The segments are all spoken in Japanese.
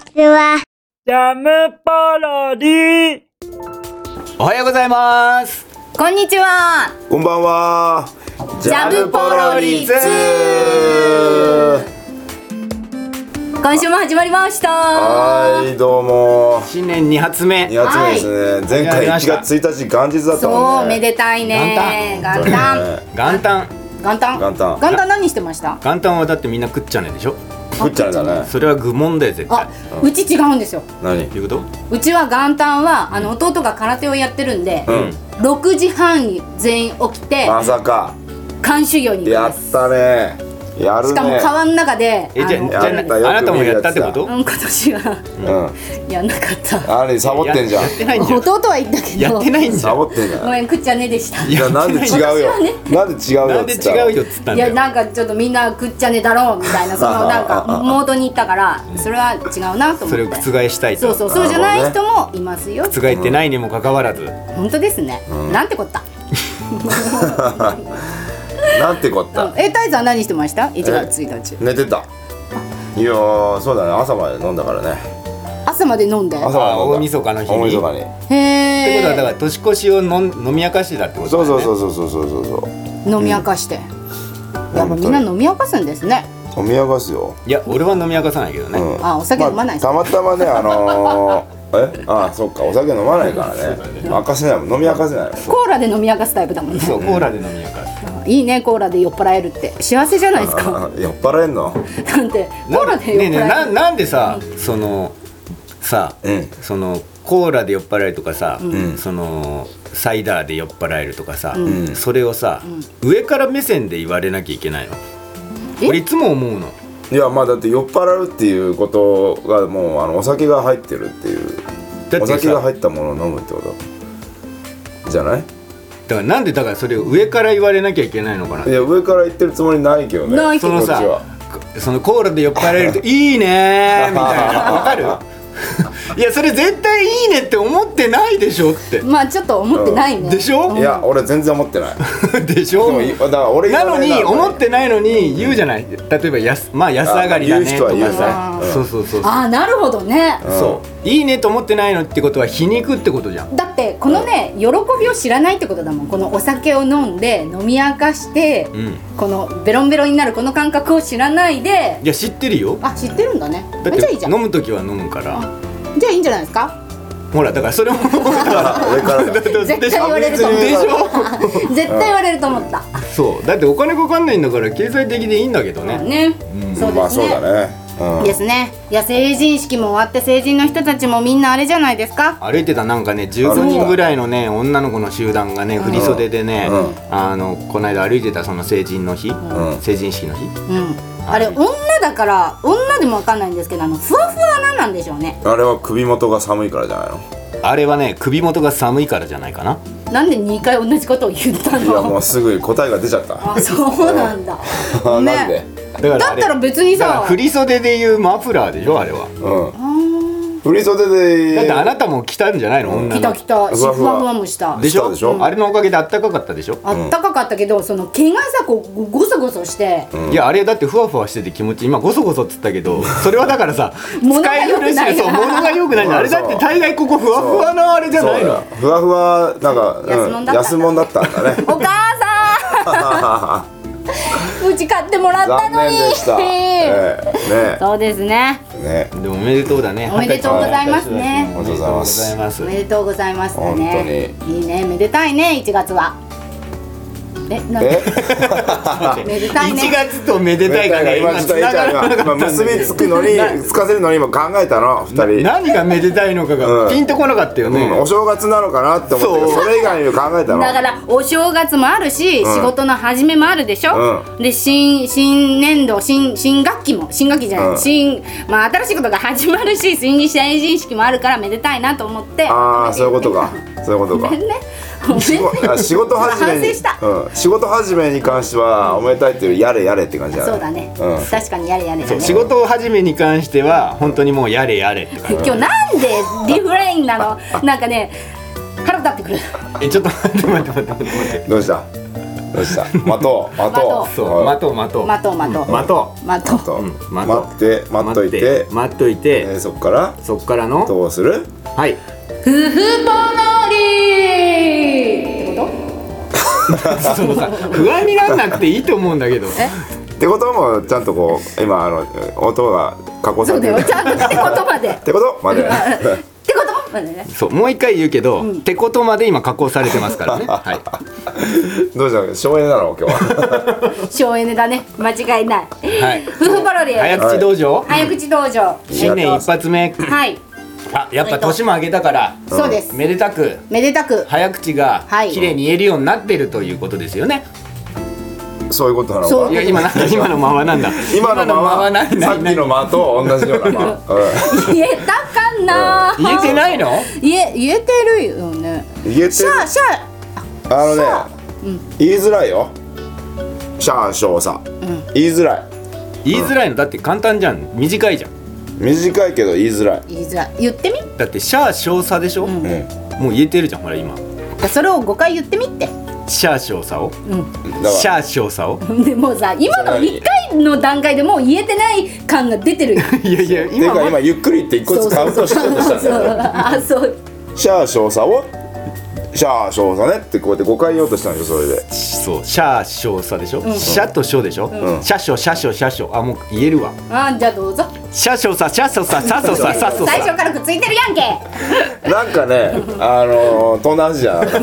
ちは。 ジャムパロディ。 おはようございます。 こんにちは。 こんばんは。 ジャムポロリ2。今週も始まりました。 はいどうも。 新年2発目。 2発目ですね。前回1月1日元日だったもんね。 そうめでたいね。元旦。 元旦。 元旦。 元旦。 元旦何してました？ 元旦はだってみんな食っちゃねでしょ。 食っちゃねだね。 それは愚問だよ絶対。 うち違うんですよ。 何？ どういうこと？ うちは元旦は弟が空手をやってるんで、6時半に全員起きてまさか。 監修業に行きやっます。 たね。やるね。 しかも川の中でじゃあなたもやったってこと？ 今年はやんなかった。 あれサボってんじゃん。 やってないんじゃん。 弟は言ったけどやってないんじゃサん。 ボってんじゃん。 ごめん食っちゃねでした。 いやなんで違うよ。なんで違うよ。 なんで違うよっつったんだよ。 いやなんかちょっとみんな食っちゃねだろうみたいなそのなんかモードに行ったからそれは違うなと思って。 それを覆したいと。 そうじゃない人もいますよ。 覆ってないにもかかわらず。 本当ですね。なんてこった。 なんてこった。 タイさん何してました？1月1日。 寝てた。いやそうだね朝まで飲んだからね。 朝まで飲んで。 朝まで飲んだ。 大晦日の日に。 大晦日に。 へってことはえ。 だから年越しを飲み明かしてたってことだよね。 そう。 飲み明かして。やっぱみんな飲み明かすんですね。 飲み明かすよ。 いや俺は飲み明かさないけどね。 あお酒飲まない。 たまたまねそっかお酒飲まないからね。明かせないもん飲み明かせない。 コーラで飲み明かすタイプだもんね。 そうコーラで飲み明かす。 いいねコーラで酔っ払えるって幸せじゃないですか。 酔っ払えんの？ なんてコーラで酔っ払える。 なんでさそのコーラで酔っ払えるとかさそのサイダーで酔っ払えるとかさそれをさ上から目線で言われなきゃいけないの？俺いつも思うの。 いやまあだって酔っ払うっていうことがもうお酒が入ってるっていうお酒が入ったものを飲むってことじゃない？ だからなんでだからそれを上から言われなきゃいけないのかな。 いや上から言ってるつもりないけどね。 ないけどそのさそのコーラで酔っ払えるといいねみたいなわかる？いやそれ絶対いいねって思ってないでしょって。 まあちょっと思ってないね。 でしょ？ いや俺全然思ってない。 でしょ？ だから俺なのに思ってないのに言うじゃない。例えば安上がりだねとかさ。そう。 ああなるほどね。 そういいねと思ってないのってことは皮肉ってことじゃん。 だってこのね喜びを知らないってことだもん。このお酒を飲んで飲み明かしてこのベロンベロンになるこの感覚を知らないで。 いや知ってるよ。 あ知ってるんだね。 だってじゃあいいじゃん。 飲むときは飲むから。 じゃあいいんじゃないですか。 ほらだからそれも上から絶対言われると思った。 でしょ？ 絶対言われると思った。 そうだってお金かかんないんだから経済的でいいんだけどね。 ね。そうまあそうですね。 だね。 ですね。いや成人式も終わって成人の人たちもみんなあれじゃないですか。 歩いてたなんかね15人ぐらいのね女の子の集団がね振袖でねこの間歩いてたその成人の日成人式の日。 あれ女だから女でもわかんないんですけどふわふわなんでしょうね。 あれは首元が寒いからじゃないの？ あれはね首元が寒いからじゃないかな。 なんで2回同じことを言ったの？ いやもうすぐ答えが出ちゃった。 あそうなんだ。 なんで？ だったら別にさ振袖でいうマフラーでしょあれは。 振袖でだってあなたも着たんじゃないの？女の着たふわふわもしたでしょ？ でしょ？ あれのおかげであったかかったでしょ？ あったかかったけどその毛がさこうゴソゴソしていやあれだってふわふわしてて気持ちいい。今ゴソゴソっつったけどそれはだからさ使えるしそう物が良くないんだ。あれだって大概ここふわふわのあれじゃないの？ ふわふわなんか安物だったんだね。 お母さんうち買ってもらったのに。 残念でした。 そうですね。 でもおめでとうだね。 おめでとうございますね。 おめでとうございます。 おめでとうございますね。 本当にいいねめでたいね1月は。めでたいね。 1月とめでたいがね今結びつくのにつかせるのに今考えたの2人。 何がめでたいのかがピンとこなかったよね。 お正月なのかなって思ってそれ以外に考えたの。 だからお正月もあるし仕事の始めもあるでしょ。で新年度新学期も新学期じゃない新新しいことが始まるし成人式もあるからめでたいなと思って。 ああそういうことかそういうことか。仕事始めに仕事始めに関してはおめでたいっていうやれやれって感じだね。 そうだね。確かにやれやれだね。 仕事始めに関しては本当にもうやれやれって感じ。 今日なんでリフレインなの？なんかね腹立ってくる。 ちょっと待って。 どうした？ どうした待とうそう待とう待とう待っといてそっからのどうするはい夫婦ポロリってこそのさ不安にならなくていいと思うんだけどってこともちゃんとこう今音が加工とそうだされてるよちゃんとってことまでってことまでってことまでねそうもう一回言うけど、ってことまで今加工されてますからねはいどうした省エネなの今日は省エネだね間違いないはい夫婦ポロリ早口道場早口道場新年一発目はいあやっぱ年も上げたからそうですめでたく早口がはい綺麗に言えるようになってるということですよねそういうことなのかいや今の間はなんだ今の間は何さっきの間と同じような間言えたかな言えてないの言えてるよね言えてるシャー言いづらいよシャーショーさ言いづらいのだって簡単じゃん短いじゃん短いけど言いづらい言ってみだってシャー少佐でしょ、もう言えてるじゃんほら今それを5回言ってみってシャー少佐をだシャー少佐をでもさ今の1回の段階でもう言えてない感が出てるよいやいやっていうか今ゆっくりって一個ずつカウントしようとしたんだよあそうシャー少佐をシャー少佐ねってこうやって5回言おうとしたんですよそれでそうシャー少佐でしょ、シャとショでしょ、シャショシャショシャショあもう言えるわじゃあどうぞシャショサシャソササソササソサ最初からくっついてるやんけなんかね東南アジア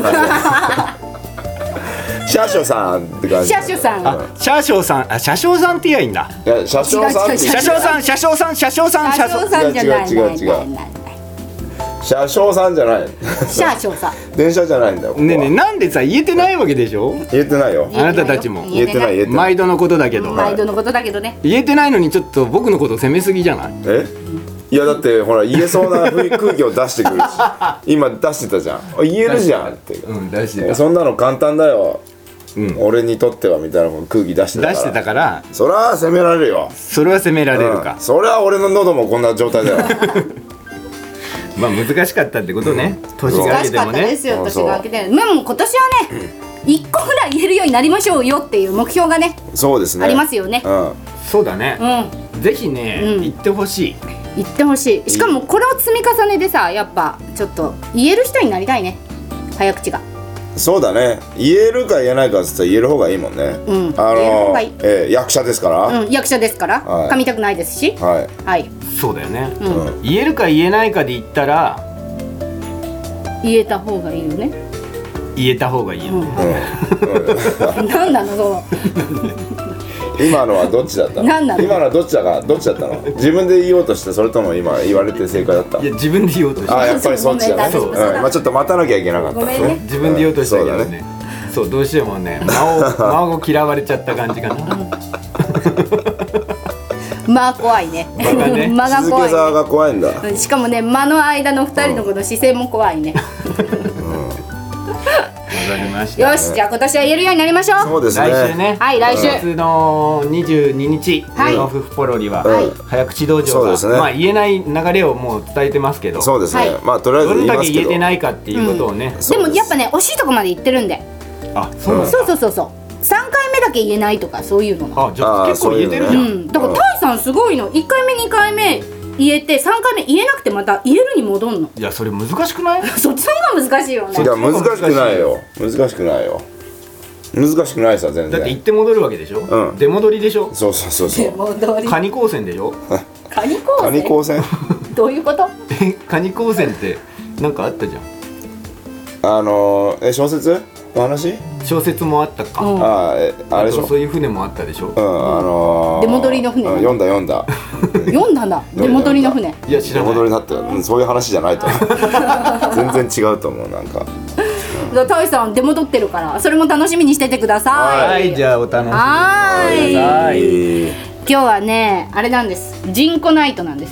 シャショさんって感じシャショさんシャショさん車掌さんって言えばいいんだいや車掌さんって車掌さん車掌さん車掌さんシャショさんじゃない違う車掌さんじゃないシャショさん電車じゃないんだよここはねえねえなんでさ言えてないわけでしょ言えてないよあなたたちも言えてない毎度のことだけど毎度のことだけどね言えてないのにちょっと僕のことを責めすぎじゃないいやだってほら言えそうな空気を出してくるし今出してたじゃん言えるじゃんって出してたそんなの簡単だよ俺にとってはみたいな空気出してたからそりゃ責められるよそれは責められるかそりゃ俺の喉もこんな状態だよまあ難しかったってことね年が明難しかけてもねったですよ年が明けてでも今年はね1個ぐらい言えるようになりましょうよっていう目標がねそうですねありますよねそうだねぜひね言ってほしい言ってほしいしかもこれを積み重ねでさやっぱちょっと言える人になりたいね早口がそうだね言えるか言えないかって言ったら言える方がいいもんね言える方がいい役者ですから役者ですから噛みたくないですしはいそうだよね言えるか言えないかで言ったら言えた方がいいよね言えた方がいいよね何なのその今のはどっちだったの何なの今のはどっちだったの自分で言おうとしてそれとも今言われて正解だったいや自分で言おうとしてやっぱりそっちだね今ちょっと待たなきゃいけなかったごめんね自分で言おうとしたけどねそうどうしてもね間を嫌われちゃった感じかな間怖いね間が静怖いけさが怖いんだしかもね間の間の2人のこの姿勢も怖いねわかりましたよしじゃあ今年は言えるようになりましょうそうですね来週ねはい来週 4月の22日の夫婦ポロリは早口道場が言えない流れをもう伝えてますけどそうですねまあとりあえずどれだけ言いますけど言えてないかっていうことをねでもやっぱね惜しいとこまで行ってるんであそうなんだそう3回目だけ言えないとかそういうのがじゃあ結構言えてるじゃんだからタイさんすごいの1回目2回目言えて3回目言えなくてまた言えるに戻んのいやそれ難しくないそっちの方が難しいよねいや難しくないよ難しくないさ全然だって行って戻るわけでしょ出戻りでしょそう戻りカニ光線でしょカニ光線カニ光線どういうことカニ光線ってなんかあったじゃん小説の話小説もあったかあれでしょそういう船もあったでしょ出戻りの船読んだ読んだんだ出戻りの船いや知らない出戻りになってそういう話じゃないと思う全然違うと思うなんかタイさん出戻ってるからそれも楽しみにしててくださいはいじゃあお楽しみにはい今日はねあれなんですジンコナイトなんです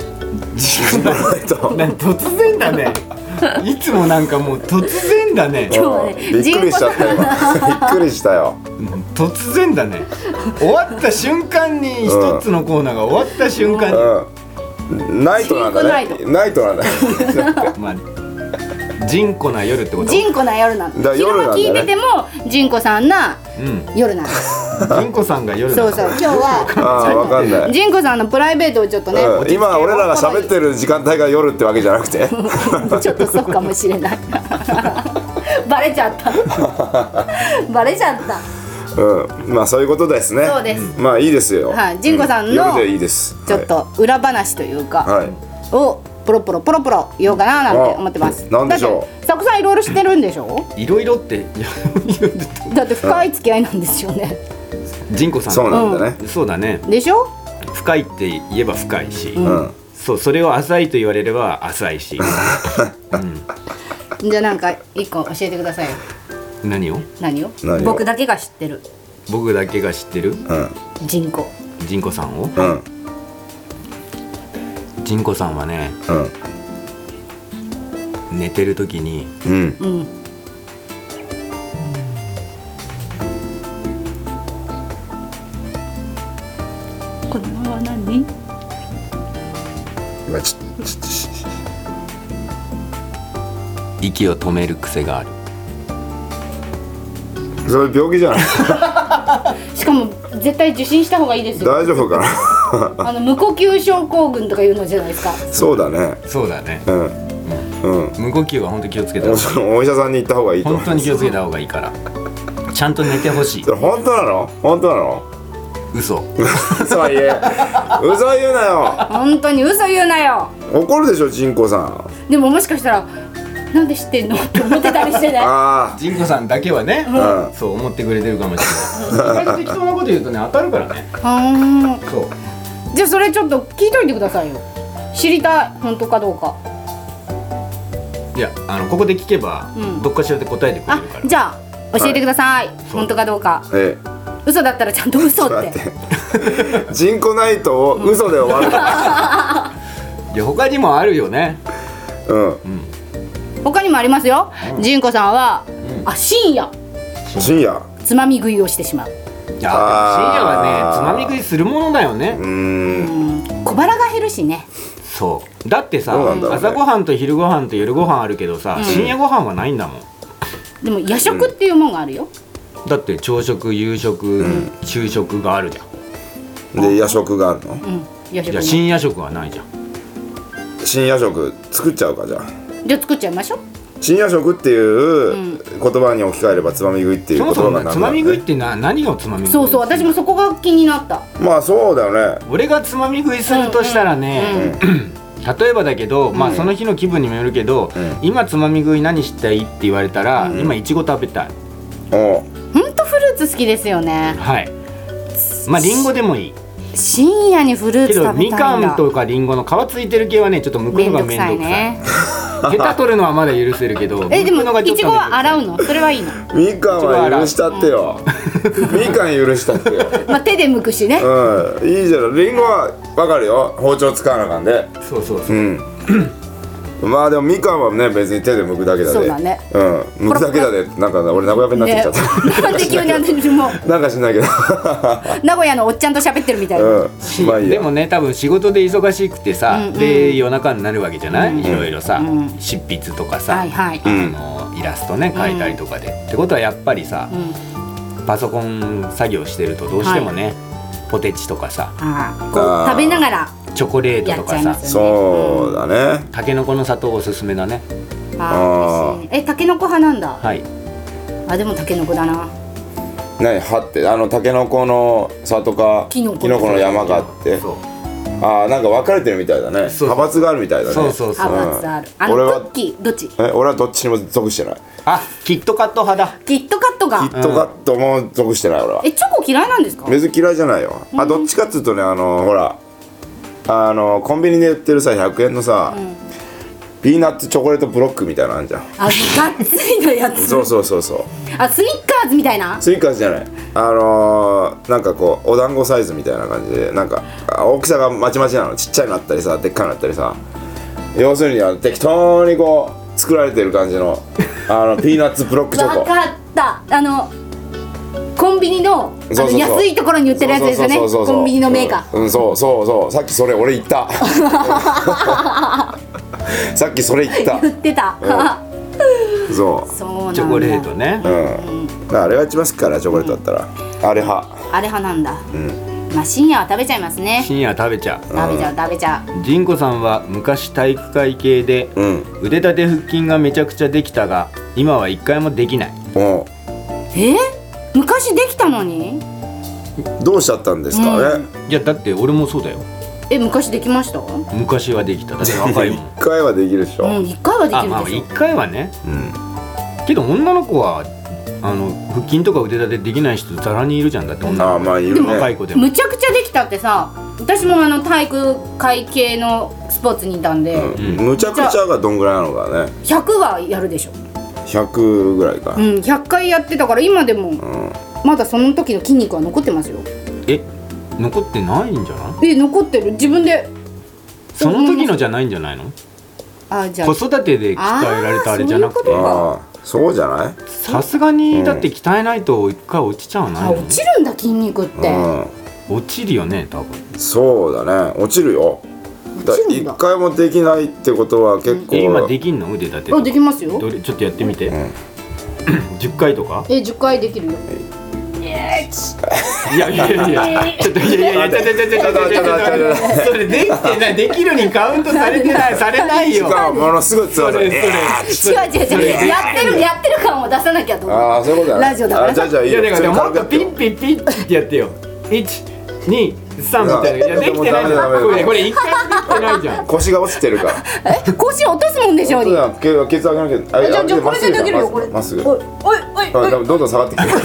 突然だねいつもなんかもう突然だね今日はねびっくりしちゃったよびっくりしたよ突然だね終わった瞬間に一つのコーナーが終わった瞬間にナイトなんだねナイトなんだまあジンコな夜ってこと？ ジンコな夜なの。 だ昼間聞いててもジンコさんな夜なんです。 ジンコさんが夜なの。 そうそう、今日はああ分かんない。 ジンコさんのプライベートをちょっとね、 今俺らが喋ってる時間帯が夜ってわけじゃなくてちょっとそうかもしれないバレちゃったバレちゃった。 まあそういうことですね。 そうです。 まあいいですよ。 はい、ジンコさんの夜でいいです。 ちょっと裏話というか、 はい、 をポロポロ言おうかななんて思ってます。 なんでしょう。 だってサクさんいろいろ知ってるんでしょ。 いろいろってだって深い付き合いなんですよね。 ジンコさん。 そうなんだね。 そうだね。 でしょ。 深いって言えば深いし、そうそれを浅いと言われれば浅いし。 じゃあなんか一個教えてくださいよ。 何を？ 僕だけが知ってる。 僕だけが知ってる？ ジンコさんを？ジンコさんはね、寝てる時に、 このまま何？ 息を止める癖がある。 それ病気じゃないしかも絶対受診した方がいいですよ。 大丈夫かな無呼吸症候群とかいうのじゃないですか。 そうだね。 無呼吸は本当に気をつけた方がいい。 お医者さんに行った方がいいと思う。 本当に気をつけた方がいいから。ちゃんと寝てほしい。 それ本当なの？ 嘘嘘言うなよ。 本当に嘘言うなよ。 怒るでしょジンコさん。 でももしかしたらなんで知ってんのって思ってたりしてね。 ジンコさんだけはね、そう思ってくれてるかもしれない。適当なこと言うとね当たるからね。そう。 じゃあそれちょっと聞いといてくださいよ。知りたい、本当かどうか。 いやここで聞けば、どっかしらで答えてくれるから。 じゃあ教えてください、本当かどうか。嘘だったらちゃんと嘘って。 ジンコナイトを嘘で終わる。 いや他にもあるよね。 他にもありますよ。ジンコさんは深夜つまみ食いをしてしまう。 深夜はねつまみ食いするものだよね。 小腹が減るしね。 そうだってさ、朝ごはんと昼ごはんと夜ごはんあるけどさ、深夜ごはんはないんだもん。 でも夜食っていうもんがあるよ。 だって朝食夕食、昼食があるじゃん。で夜食があるの？ じゃあ深夜食はないじゃん。 深夜食作っちゃうか。じゃあ作っちゃいましょう。 深夜食っていう言葉に置き換えればつまみ食いっていう言葉がつまみ食いって何をつまみ食い？ そう私もそこが気になった。 まあそうだよね。 俺がつまみ食いするとしたらね、例えばだけど、まあその日の気分にもよるけど、今つまみ食い何したいって言われたら、今いちご食べたい。 ほんとフルーツ好きですよね。 はい。まあリンゴでもいい。 深夜にフルーツ食べたいんだ。 けどみかんとかリンゴの皮ついてる系はねちょっと剥くのがめんどくさいね。ヘタ取るのはまだ許せるけど、 でもいちごは洗うの？それはいいの？ みかんは許したってよ。みかん許したってよ。 まあ手で剥くしね。 いいじゃん。リンゴはわかるよ。包丁使わなあかんで。 そう。まあでもみかんはね別に手で剥くだけだで。 そうだね。 剥くだけだでなんか俺名古屋弁になってきちゃった。 なんで急に私もなんかしないけど。 名古屋のおっちゃんと喋ってるみたいな。 でもね多分仕事で忙しくてさ、で夜中になるわけじゃない？いろいろさ執筆とかさ、イラストね描いたりとかで。ってことはやっぱりさ、パソコン作業してるとどうしてもねポテチとかさ、 こう食べながら。 チョコレートとかさ、 そうだね。 タケノコの砂糖おすすめだね。 タケノコ派なんだ。 はい。 でもタケノコだな。 何葉ってタケノコの里かキノコの山があって、なんか分かれてるみたいだね。派閥があるみたいだね。 そう派閥ある。俺はクッキーどっち？ 俺はどっちにも属してない。 キットカット派だ。 キットカットが。 キットカットも属してない俺は。 チョコ嫌いなんですか？ 別に嫌いじゃないよ。どっちかっつうとねほら。コンビニで売ってるさ100円のさ、ピーナッツチョコレートブロックみたいなのあんじゃん。 がっつりのやつ。 そうスニッカーズみたいな。 スニッカーズじゃない。なんかこうお団子サイズみたいな感じでなんか大きさがまちまちなの。ちっちゃいのあったりさでっかいのあったりさ、要するに適当にこう作られてる感じのピーナッツブロックチョコ。 分かった。コンビニの安いところに売ってるやつですよね。コンビニのメーカー。 そうさっきそれ俺言った。さっきそれ言った。 言ってた。 そうそうなんだ。 チョコレートね。 あれが一番好きからチョコレートだったら、あれ派。 あれ派なんだ。まあ深夜は食べちゃいますね。 深夜食べちゃう。 食べちゃう。 ジンコさんは昔体育会系で腕立て腹筋がめちゃくちゃできたが、今は一回もできない。 昔できたのにどうしちゃったんですかね。 いやだって俺もそうだよ。 昔できました？ 昔はできた。だって若いもん。 一回はできるでしょ。 一回はできるでしょ。 まあ一回はね。けど女の子は腹筋とか腕立てできない人ざらにいるじゃん。だって女の子。 まあいるね。 若い子でも。 むちゃくちゃできたってさ、私も体育会系のスポーツにいたんで、 むちゃくちゃがどんぐらいなのかね。 100はやるでしょ。 100ぐらいか。 100回やってたから今でもまだその時の筋肉は残ってますよ。 残ってないんじゃない？ 残ってる。自分でその時のじゃないんじゃないの？ じゃあ子育てで鍛えられたあれじゃなくて。 そうじゃない？ さすがにだって鍛えないと一回落ちちゃうないの？ 落ちるんだ筋肉って。 落ちるよね多分。 そうだね、落ちるよ。一回もできないってことは結構。 今できんの？腕立て。 できますよ。 ちょっとやってみて。10回とか ？10回できるよ。 いやちょっとそれできてない、できるにカウントされてない、されないよ。 ものすごい強さ。違うやってる感を出さなきゃと思う。 そういうことだ。 ラジオだから。 じゃあいいよ。 だからもっとピッピッピッってやってよ。1、2、3みたいな。いやできてないじゃん。これ1回もできてないじゃん。 腰が落ちてるから。 腰落とすもんでしょうに。 ケツ上げなきゃ。 じゃあこれでできるよこれ。 まっすぐ。 おい。 どんどん下がってきてる。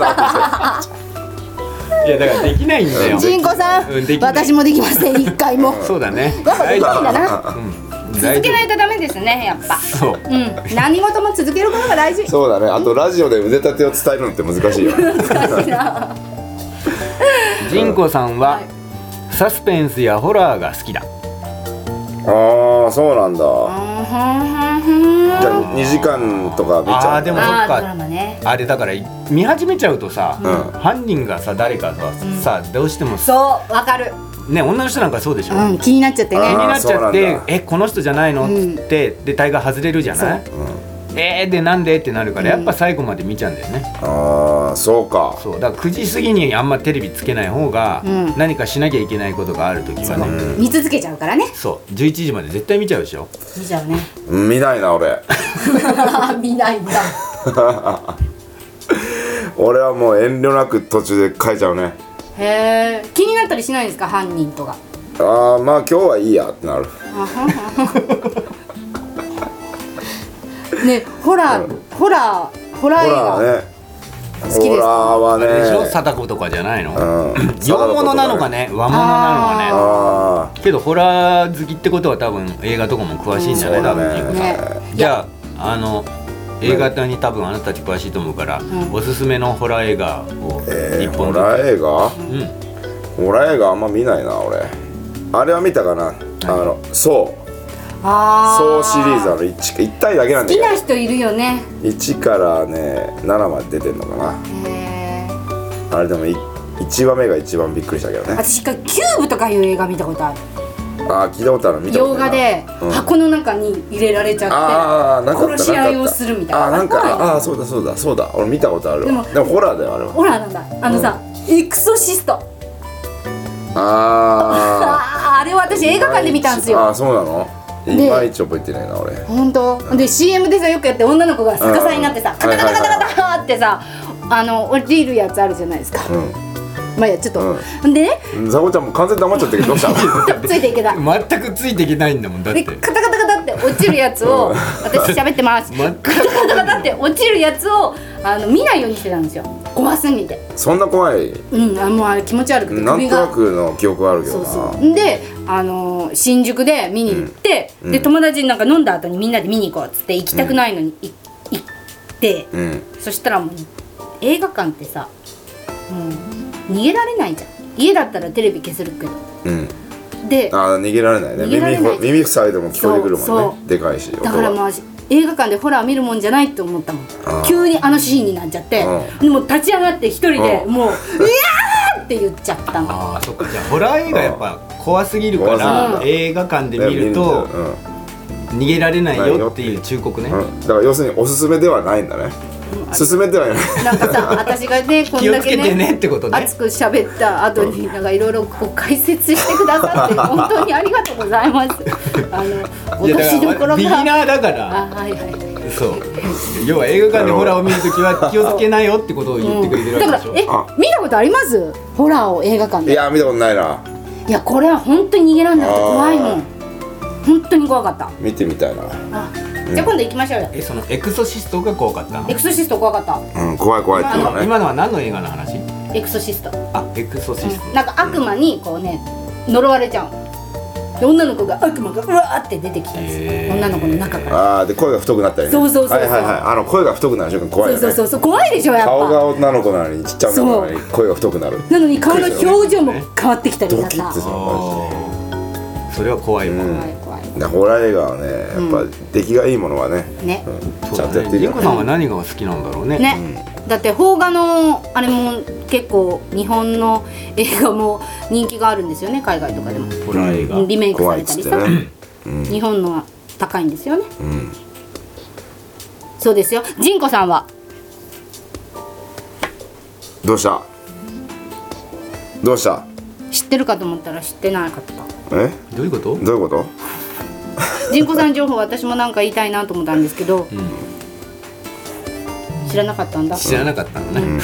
いやだからできないんだよ。 ジンコさん、私もできません。1回も。 そうだね。 やっぱできないんだな。続けないとダメですね、やっぱ。 そう。 何事も続けることが大事。 そうだね。あとラジオで腕立てを伝えるのって難しいよ。 難しいな。 ジンコさんはサスペンスやホラーが好きだ。 そうなんだ。じゃあ2時間とか見ちゃう。 でもそっか。あれだから見始めちゃうとさ、犯人がさ誰かさどうしてもそうわかるね、女の人なんかそうでしょ。 気になっちゃってね。 気になっちゃってこの人じゃないのっつってで大概外れるじゃない。でなんでってなるからやっぱ最後まで見ちゃうんだよね。 そうか。 そうだから9時過ぎにあんまテレビつけない方が何かしなきゃいけないことがある時はね、 見続けちゃうからね。 そう11時まで絶対見ちゃうでしょ。 見ちゃうね。 見ないな俺。 見ないんだ。 俺はもう遠慮なく途中で変えちゃうね。 へえ。気になったりしないんですか、犯人とか。 まあ今日はいいやってなる。ね、ホラー映画好きですか？ ホラーはね。 でしょ、貞子とかじゃないの？洋物なのかね、和物なのかね。けどホラー好きってことは多分映画とかも詳しいんじゃない？多分ジンコさん。じゃあ映画に多分あなたたち詳しいと思うからおすすめのホラー映画を一本。 ホラー映画？ホラー映画あんま見ないな俺。あれは見たかな。そうソーシリーズ1体だけなんだけど好きな人いるよね。 1からね7まで出てんのかな。あれでも1話目が一番びっくりしたけどね。 私キューブとかいう映画見たことある。 聞いたことある。見たことある。 洋画で箱の中に入れられちゃって殺し合いをするみたいな。 なんかそうだ俺見たことあるわ。でもホラーだよあれは。 ホラーなんだ。さエクソシスト。あれは私映画館で見たんですよ。 そうなの？いまいち覚えてないな俺。 本当で CM でさよくやって女の子が逆さになってさカタカタカタカタってさ降りるやつあるじゃないですか。まあちょっとでね、 ザコちゃんも完全に黙っちゃってるけどどうしたの？ ついていけない。 全くついていけないんだもん。だってカタカタカタって落ちるやつを私喋ってます。カタカタカタって落ちるやつを見ないようにしてたんですよ。怖すぎて。 そんな怖い？ もうあれ気持ち悪くてなんとなくの記憶はあるけどな。 そうで新宿で見に行って、で友達になんか飲んだ後にみんなで見に行こうっつって行きたくないのに行って、そしたらもう映画館ってさ逃げられないじゃん。家だったらテレビ消せるけど、で逃げられないね。耳塞いでも聞こえてくるもんね。でかいし。 だからまあ映画館でホラー見るもんじゃないって思ったもん。急にシーンになっちゃって、でも立ち上がって一人でもう「うやー!」って言っちゃったの。 そっか。じゃあホラー映画やっぱ怖すぎるから映画館で見ると逃げられないよっていう忠告ね、 だから要するにおすすめではないんだね。勧めてはいない。 なんかさ、私がねこん気をだけつけてねねってことね。 熱く喋った後になんかいろいろこう解説してくださって本当にありがとうございます。落としどころがビギナーだからはいはい。 そう要は映画館でホラーを見るときは気をつけないよってことを言ってくれてるわけでしょ、 だから見たことあります？ホラーを映画館で。 いや見たことないな。 いやこれは本当に逃げられなくて怖いもん。本当に怖かった。 見てみたいな。 じゃあ今度行きましょうよ。 そのエクソシストが怖かったの？ エクソシスト怖かった。 怖い怖いっていうのね。 今のは何の映画の話？ エクソシスト。 あ、エクソシスト、 なんか悪魔にこうね呪われちゃう。で女の子が悪魔がうわーって出てきたりする。女の子の中から。 で声が太くなったりね。 そうそうそうそう。 はいはいはい。声が太くなる瞬間怖いよね。 そう怖いでしょやっぱ。 顔が女の子なのにちっちゃい女の子なのに声が太くなる。 なのに顔の表情も変わってきたりドださ。 キッてするマそれは怖いわ、 ジで。ホラー映画はねやっぱ出来がいいものはね。 ね。 ちゃんとやってるよね。 ジンコさんは何が好きなんだろうね。 ね。だって邦画のあれも結構日本の映画も人気があるんですよね、海外とかでも。 ホラー映画リメイクされたりさ、 怖いっつって日本のは高いんですよね。そうですよ。ジンコさんはどうした知ってるかと思ったら知ってなかった。 どういうこと？ ジンコさん情報私もなんか言いたいなと思ったんですけど、知らなかったんだ。 知らなかったのね、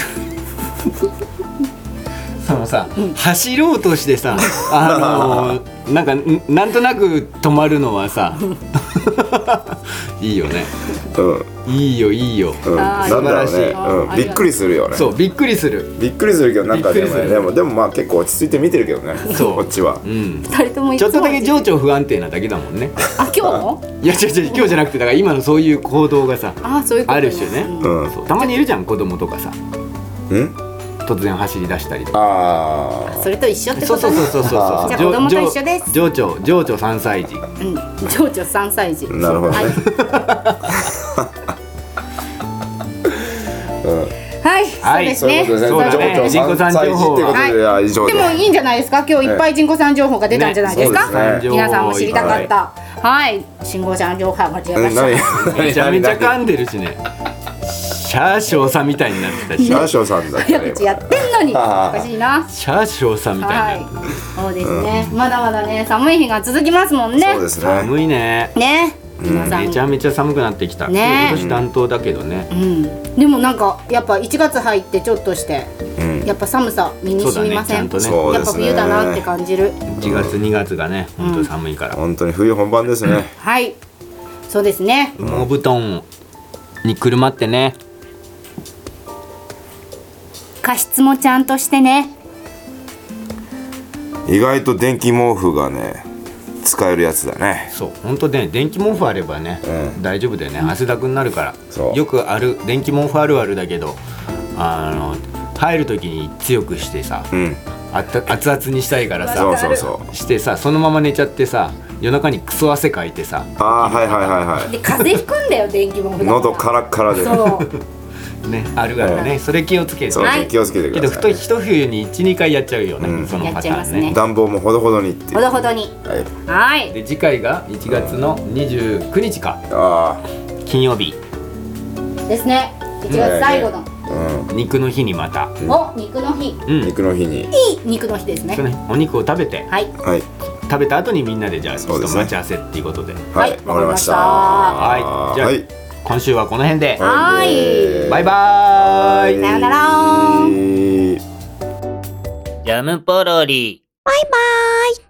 そのさ、走ろうとしてさなんかなんとなく止まるのはさいいよね。いいよなんだろうね。びっくりするよね。 そうびっくりするけどなんかでもまあ結構落ち着いて見てるけどね。こっちは。 二人ともちょっとだけ情緒不安定なだけだもんね。 あ、今日？ いや違う今日じゃなくてだから今のそういう行動がさある種ね。たまにいるじゃん子供とかさ。突然走り出したりとか。 それと一緒ってことね。 そう。じゃあ子供と一緒です。 情緒3歳児。 情緒3歳児。 なるほどね。 はい、そうですね。 そうだね。 ジンコさん情報。 でもいいんじゃないですか。今日いっぱいジンコさん情報が出たんじゃないですか。皆さんも知りたかった。はい、信号車の情報が間違えました。 めちゃめちゃ噛んでるしね。シャーショーさんみたいになってたし。 シャーショーさんだっけ。 早口やってんのに。おかしいな。 シャーショーさんみたいになってる。 そうですね。まだまだね寒い日が続きますもんね。 そうですね。 寒いね。 ね。皆さんめちゃめちゃ寒くなってきた。 ね。 今年暖冬だけどね。 でもなんかやっぱ1月入ってちょっとしてやっぱ寒さ身に染みません。やっぱ冬だなって感じる。 1月2月がね本当寒いから。 本当に冬本番ですね。 はい。そうですね。 羽毛布団にくるまってね。 加湿もちゃんとしてね。 意外と電気毛布がね使えるやつだね。 そう本当ね電気毛布あればね、大丈夫だよね。汗だくになるから。よくある電気毛布あるあるだけど入る時に強くしてさ、熱々にしたいからさしてさそのまま寝ちゃってさ夜中にクソ汗かいてさ。 はい。 で風邪ひくんだよ電気毛布。 喉カラッカラで。 ね、あるあるね、それ気をつけて。 気をつけてください。 けど一冬に 1,2 回やっちゃうよね、そのパターンね。 暖房もほどほどにって。 ほどほどに。はい。 で次回が1月の29日か。金曜日。 ですね。1月最後の。 肉の日にまた。 お、肉の日。 肉の日に。 いい肉の日ですね。 お肉を食べて。 はい。 食べた後にみんなでじゃあちょっと待ち合わせっていうことで。 はい、わかりました。 はい。じゃあ今週はこの辺で。 はい。 バイバーイ。 さよなら。 ジャムポロリ。 バイバーイ。